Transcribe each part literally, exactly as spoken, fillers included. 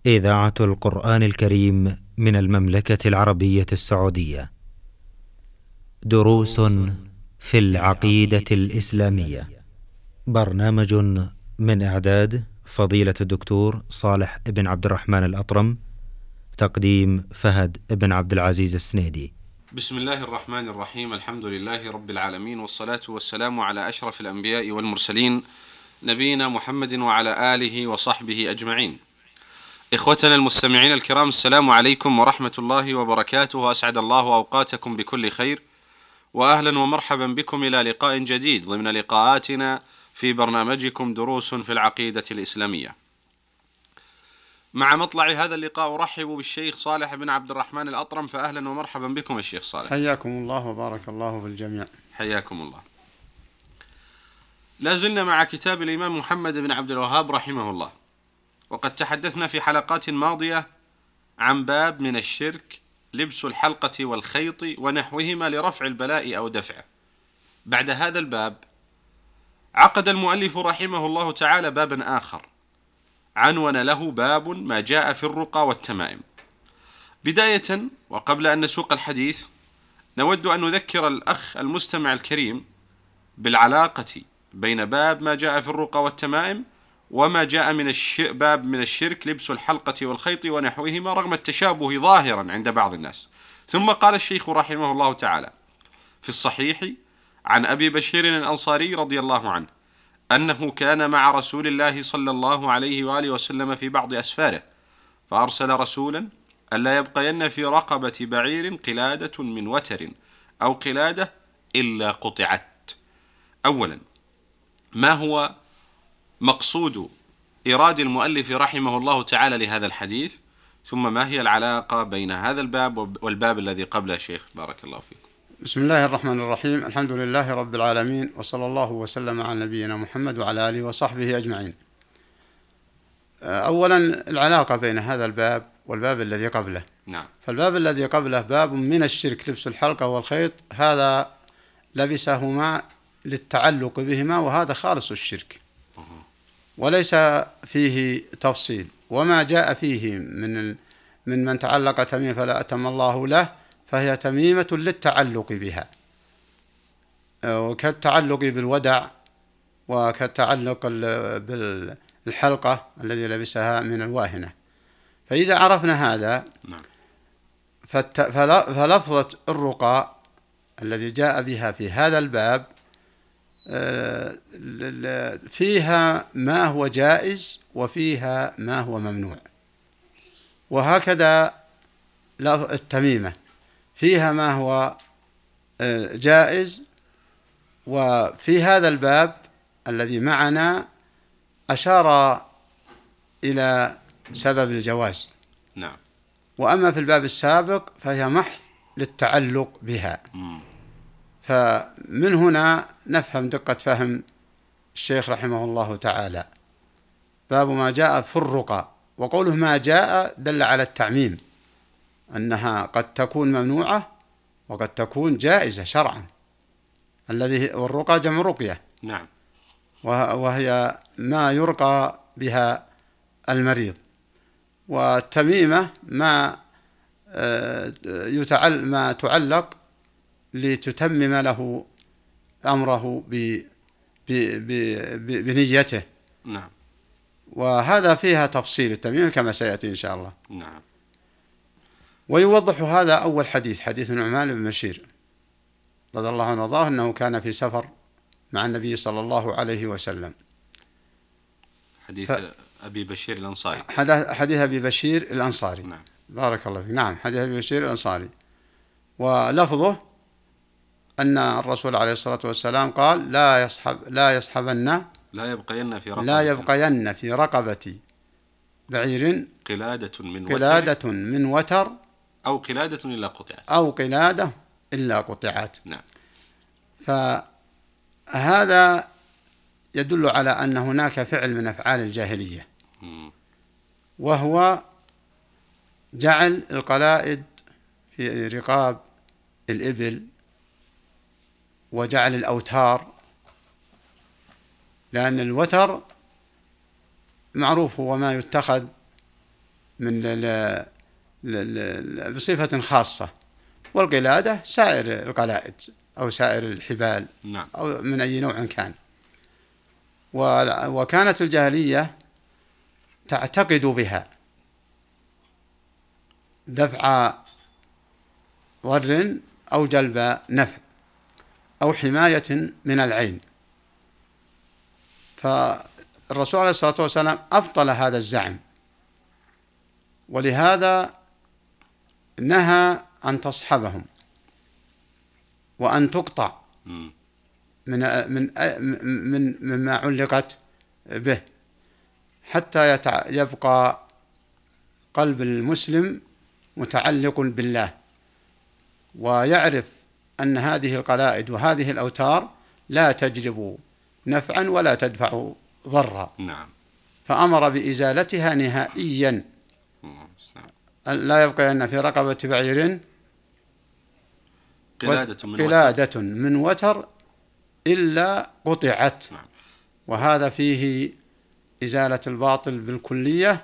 إذاعة القرآن الكريم من المملكة العربية السعودية. دروس في العقيدة الإسلامية. برنامج من إعداد فضيلة الدكتور صالح بن عبد الرحمن الأطرم. تقديم فهد بن عبد العزيز السنيدي. بسم الله الرحمن الرحيم. الحمد لله رب العالمين، والصلاة والسلام على أشرف الأنبياء والمرسلين، نبينا محمد وعلى آله وصحبه أجمعين. إخوتنا المستمعين الكرام، السلام عليكم ورحمة الله وبركاته. أسعد الله أوقاتكم بكل خير، وأهلا ومرحبا بكم إلى لقاء جديد ضمن لقاءاتنا في برنامجكم دروس في العقيدة الإسلامية. مع مطلع هذا اللقاء أرحب بالشيخ صالح بن عبد الرحمن الأطرم، فأهلا ومرحبا بكم الشيخ صالح. حياكم الله وبارك الله في الجميع. حياكم الله. لا زلنا مع كتاب الإمام محمد بن عبد الوهاب رحمه الله، وقد تحدثنا في حلقات ماضية عن باب من الشرك لبس الحلقة والخيط ونحوهما لرفع البلاء أو دفعه. بعد هذا الباب عقد المؤلف رحمه الله تعالى بابا آخر عنون له باب ما جاء في الرقى والتمائم. بداية وقبل أن نسوق الحديث، نود أن نذكر الأخ المستمع الكريم بالعلاقة بين باب ما جاء في الرقى والتمائم وما جاء من باب من الشرك لبس الحلقة والخيط ونحوهما، رغم التشابه ظاهرا عند بعض الناس. ثم قال الشيخ رحمه الله تعالى في الصحيح عن أبي بشير الأنصاري رضي الله عنه أنه كان مع رسول الله صلى الله عليه وآله وسلم في بعض أسفاره، فأرسل رسولا ألا يبقين في رقبة بعير قلادة من وتر أو قلادة إلا قطعت. أولا، ما هو مقصود إيراد المؤلف رحمه الله تعالى لهذا الحديث؟ ثم ما هي العلاقة بين هذا الباب والباب الذي قبله شيخ؟ بارك الله فيكم. بسم الله الرحمن الرحيم. الحمد لله رب العالمين، وصلى الله وسلم على نبينا محمد وعلى آله وصحبه أجمعين. أولا، العلاقة بين هذا الباب والباب الذي قبله. نعم. فالباب الذي قبله باب من الشرك لبس الحلقة والخيط، هذا لبسهما للتعلق بهما، وهذا خالص الشرك وليس فيه تفصيل. وما جاء فيه من من من تعلق تميمة فلا أتم الله له، فهي تميمة للتعلق بها، وكالتعلق بالودع وكالتعلق بالحلقة الذي لبسها من الواهنة. فإذا عرفنا هذا، فلفظة الرقى الذي جاء بها في هذا الباب فيها ما هو جائز وفيها ما هو ممنوع، وهكذا التميمة فيها ما هو جائز. وفي هذا الباب الذي معنا أشار إلى سبب الجواز. نعم. وأما في الباب السابق فهي محض للتعلق بها. م. فمن هنا نفهم دقة فهم الشيخ رحمه الله تعالى. باب ما جاء في الرقى، وقوله ما جاء دل على التعميم، أنها قد تكون ممنوعة وقد تكون جائزة شرعا، الذي والرقى جمع رقية. نعم. وهي ما يرقى بها المريض. والتميمة ما يتعل ما تعلق لتتمم له أمره ب بنيته. نعم. وهذا فيها تفصيل التميم كما سيأتي إن شاء الله. نعم. ويوضح هذا أول حديث، حديث نعمان بن بشير رضي الله عنه وارضاه، أنه كان في سفر مع النبي صلى الله عليه وسلم. حديث ف... أبي بشير الأنصاري. حديث أبي بشير الأنصاري. نعم. بارك الله فيك. نعم، حديث أبي بشير الأنصاري. ولفظه أن الرسول عليه الصلاة والسلام قال لا يصحب لا يصحبن لا يبقين في رقبة لا يبقين في رقبة بعير قلادة من قلادة وتر من وتر أو قلادة إلا قطعت أو قلادة إلا قطعت. نعم. فهذا يدل على أن هناك فعل من أفعال الجاهلية، م. وهو جعل القلائد في رقاب الإبل، وجعل الأوتار، لأن الوتر معروف هو ما يتخذ من ل... ل... ل... بصفة خاصة، والقلادة سائر القلائد أو سائر الحبال نعم. أو من أي نوع كان. وكانت الجاهلية تعتقد بها دفع ضر أو جلب نفع أو حماية من العين، فالرسول عليه الصلاة والسلام أبطل هذا الزعم، ولهذا نهى أن تصحبهم وأن تقطع من من من مما علقت به، حتى يبقى قلب المسلم متعلق بالله، ويعرف أن هذه القلائد وهذه الأوتار لا تجلب نفعا ولا تدفع ضرا. نعم. فأمر بإزالتها نهائيا، لا يبقى أن في رقبة بعير قلادة من, قلادة من وتر إلا قطعت. نعم. وهذا فيه إزالة الباطل بالكلية،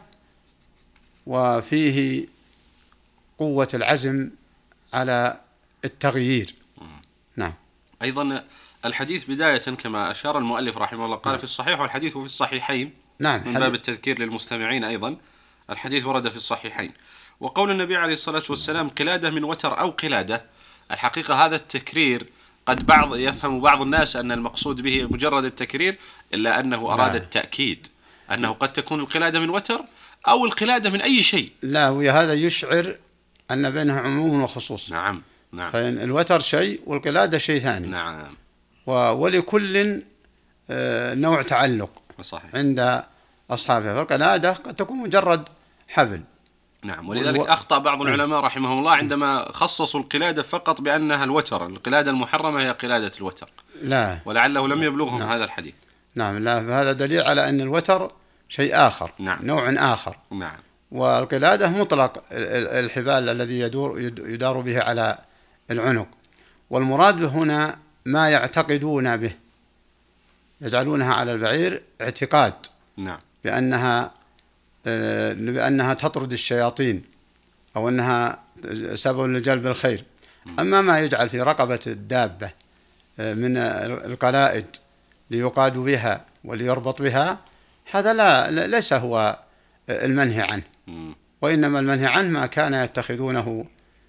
وفيه قوة العزم على التغيير. نعم. أيضا الحديث بداية كما أشار المؤلف رحمه الله قال نعم. في الصحيح، والحديث في الصحيحين. نعم. من باب التذكير للمستمعين أيضا الحديث ورد في الصحيحين. وقول النبي عليه الصلاة والسلام قلادة من وتر أو قلادة، الحقيقة هذا التكرير قد بعض يفهم بعض الناس أن المقصود به مجرد التكرير، إلا أنه أراد لا. التأكيد أنه قد تكون القلادة من وتر أو القلادة من أي شيء. لا، وهذا يشعر أن بينها عموم وخصوص. نعم. نعم. فإن الوتر شيء والقلادة شيء ثاني. نعم. ولكل نوع تعلق صحيح. عند أصحابها، فالقلادة قد تكون مجرد حبل. نعم. ولذلك أخطأ بعض العلماء رحمهم الله عندما خصصوا القلادة فقط بأنها الوتر، القلادة المحرمة هي قلادة الوتر، لا، ولعله لم يبلغهم نعم. هذا الحديث. نعم. لا، فهذا دليل على أن الوتر شيء آخر. نعم. نوع آخر. نعم. والقلادة مطلق الحبال الذي يدور يدار به على العنق، والمراد هنا ما يعتقدون به، يجعلونها على البعير اعتقاد. نعم. بأنها بأنها تطرد الشياطين أو أنها سبب لجلب الخير. أما ما يجعل في رقبة الدابة من القلائد ليقاد بها وليربط بها، هذا لا ليس هو المنهي عنه، وإنما المنهي عنه ما كان يتخذونه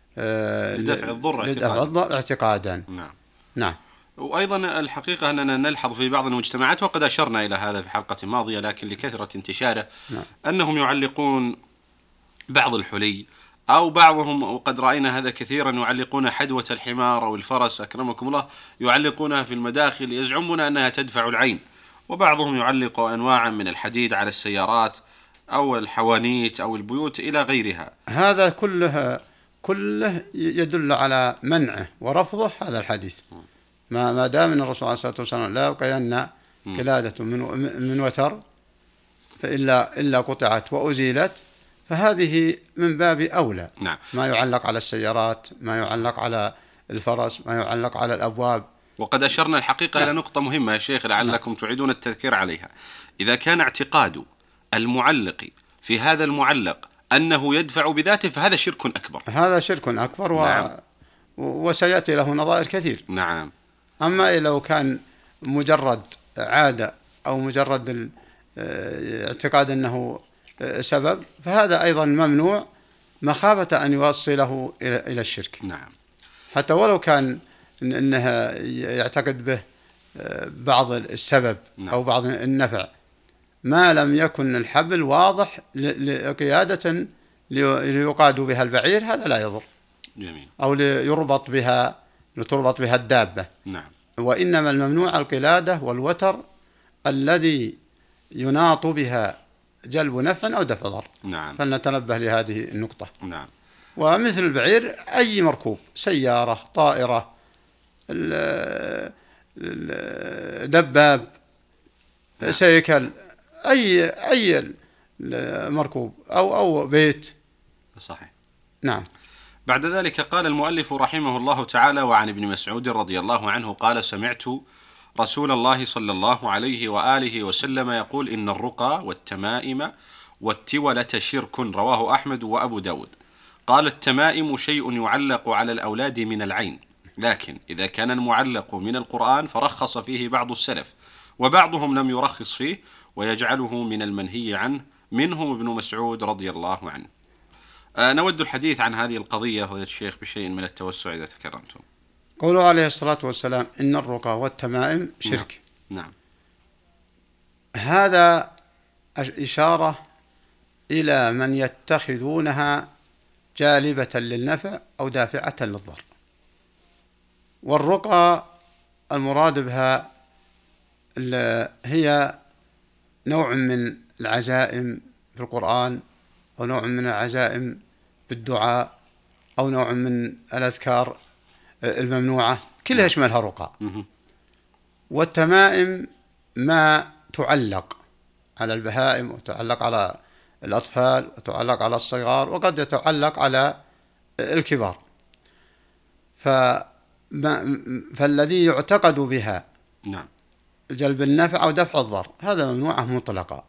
لدفع الضر لدفع الضر اعتقادا. نعم. نعم. وأيضا الحقيقة أننا نلحظ في بعض المجتمعات، وقد أشرنا إلى هذا في حلقة ماضية لكن لكثرة انتشاره، نعم. أنهم يعلقون بعض الحلي، أو بعضهم وقد رأينا هذا كثيرا يعلقون حدوة الحمار أو الفرس أكرمكم الله، يعلقونها في المداخل يزعمون أنها تدفع العين، وبعضهم يعلق أنواعا من الحديد على السيارات أو الحوانيت أو البيوت إلى غيرها. هذا كله كله يدل على منعه ورفضه هذا الحديث. ما ما دام ان الرسول عليه الصلاه والسلام لا يبقين قلادة من من وتر فإلا إلا قطعت وأزيلت، فهذه من باب أولى. نعم. ما يعلق على السيارات، ما يعلق على الفرس، ما يعلق على الأبواب. وقد أشرنا الحقيقة نعم. إلى نقطة مهمة يا شيخ لعلكم نعم. تعيدون التذكير عليها. إذا كان اعتقاد المعلق في هذا المعلق أنه يدفع بذاته فهذا شرك أكبر. هذا شرك أكبر و... نعم. وسيأتي له نظائر كثير. نعم. أما لو كان مجرد عادة أو مجرد اعتقاد أنه سبب، فهذا أيضا ممنوع مخافة أن يوصله إلى الشرك. نعم. حتى ولو كان أنها يعتقد به بعض السبب نعم. أو بعض النفع، ما لم يكن الحبل واضح لقيادة ليقاد بها البعير، هذا لا يضر. جميل. أو ليربط بها لتربط بها الدابة. نعم. وإنما الممنوع القلادة والوتر الذي يناط بها جلب نفع أو دفع ضر. نعم. فلنتنبه لهذه النقطة. نعم. ومثل البعير أي مركوب، سيارة، طائرة، دباب، نعم. سيكل، أي أي مركوب أو أو بيت. صحيح. نعم. بعد ذلك قال المؤلف رحمه الله تعالى: وعن ابن مسعود رضي الله عنه قال: سمعت رسول الله صلى الله عليه وآله وسلم يقول: إن الرقى والتمائم والتولة شرك، رواه أحمد وأبو داود. قال التمائم شيء يعلق على الأولاد من العين، لكن إذا كان المعلق من القرآن فرخص فيه بعض السلف، وبعضهم لم يرخص فيه ويجعله من المنهي عنه، منهم ابن مسعود رضي الله عنه. أه نود الحديث عن هذه القضية فضيلة الشيخ بشيء من التوسع إذا تكرمتم. قوله عليه الصلاة والسلام إن الرقى والتمائم شرك. نعم. نعم. هذا إشارة إلى من يتخذونها جالبة للنفع أو دافعة للضر. والرقى المراد بها هي نوع من العزائم في القرآن، أو نوع من العزائم بالدعاء، أو نوع من الأذكار الممنوعة، كلها يشملها رقى. والتمائم ما تعلق على البهائم، وتعلق على الأطفال، وتعلق على الصغار، وقد يتعلق على الكبار. فالذي يعتقد بها نعم جلب النفع أو دفع الضر هذا ممنوعة مطلقا.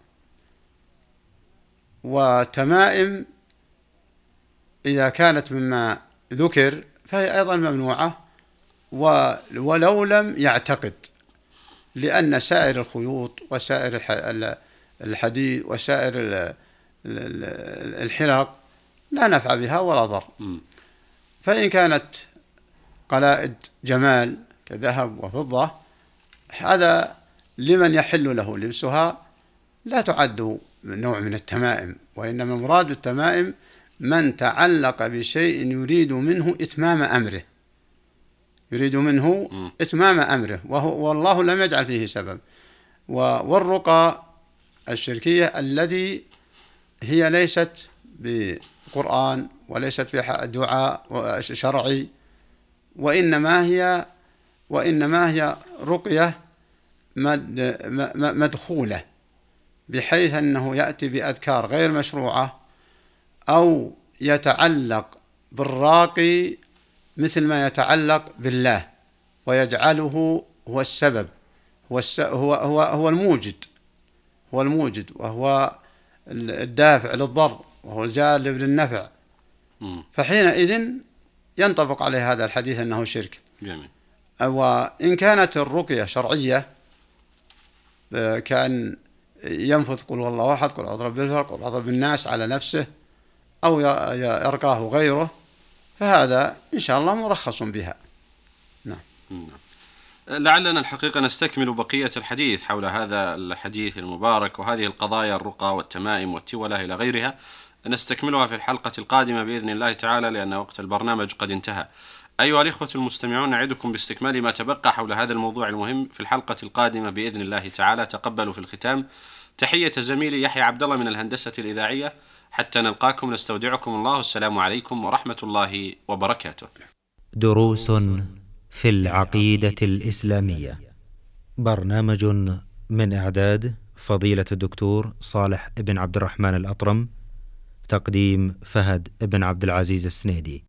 وتمائم إذا كانت مما ذكر فهي أيضا ممنوعة ولو لم يعتقد، لأن سائر الخيوط وسائر الحديد وسائر الحلق لا نفع بها ولا ضر. فإن كانت قلائد جمال كذهب وفضة هذا لمن يحل له لبسها لا تعد نوع من التمائم، وإنما مراد التمائم من تعلق بشيء يريد منه إتمام أمره، يريد منه إتمام أمره وهو والله لم يجعل فيه سبب. والرقى الشركية الذي هي ليست بقرآن وليست بدعاء شرعي، وإنما هي وإنما هي رقية مدخولة، بحيث أنه يأتي بأذكار غير مشروعة، أو يتعلق بالراقي مثل ما يتعلق بالله ويجعله هو السبب، هو هو هو هو الموجد هو الموجد وهو الدافع للضر وهو الجالب للنفع. فحينئذ ينطبق عليه هذا الحديث أنه شرك. جميل. وإن كانت الرقية شرعية كان ينفذ قل هو الله أحد، قل أعوذ برب الفلق، قل أعوذ بالناس على نفسه، أو يرقاه غيره، فهذا إن شاء الله مرخص بها. نعم. نعم. لعلنا الحقيقة نستكمل بقية الحديث حول هذا الحديث المبارك وهذه القضايا الرقى والتمائم والتولة إلى غيرها، نستكملها في الحلقة القادمة بإذن الله تعالى، لأن وقت البرنامج قد انتهى. أيها الإخوة المستمعون، نعدكم باستكمال ما تبقى حول هذا الموضوع المهم في الحلقة القادمة بإذن الله تعالى. تقبلوا في الختام تحية زميلي يحيى عبد الله من الهندسة الإذاعية. حتى نلقاكم نستودعكم الله، السلام عليكم ورحمة الله وبركاته. دروس في العقيدة الإسلامية، برنامج من إعداد فضيلة الدكتور صالح بن عبد الرحمن الأطرم، تقديم فهد بن عبد العزيز السنيدي.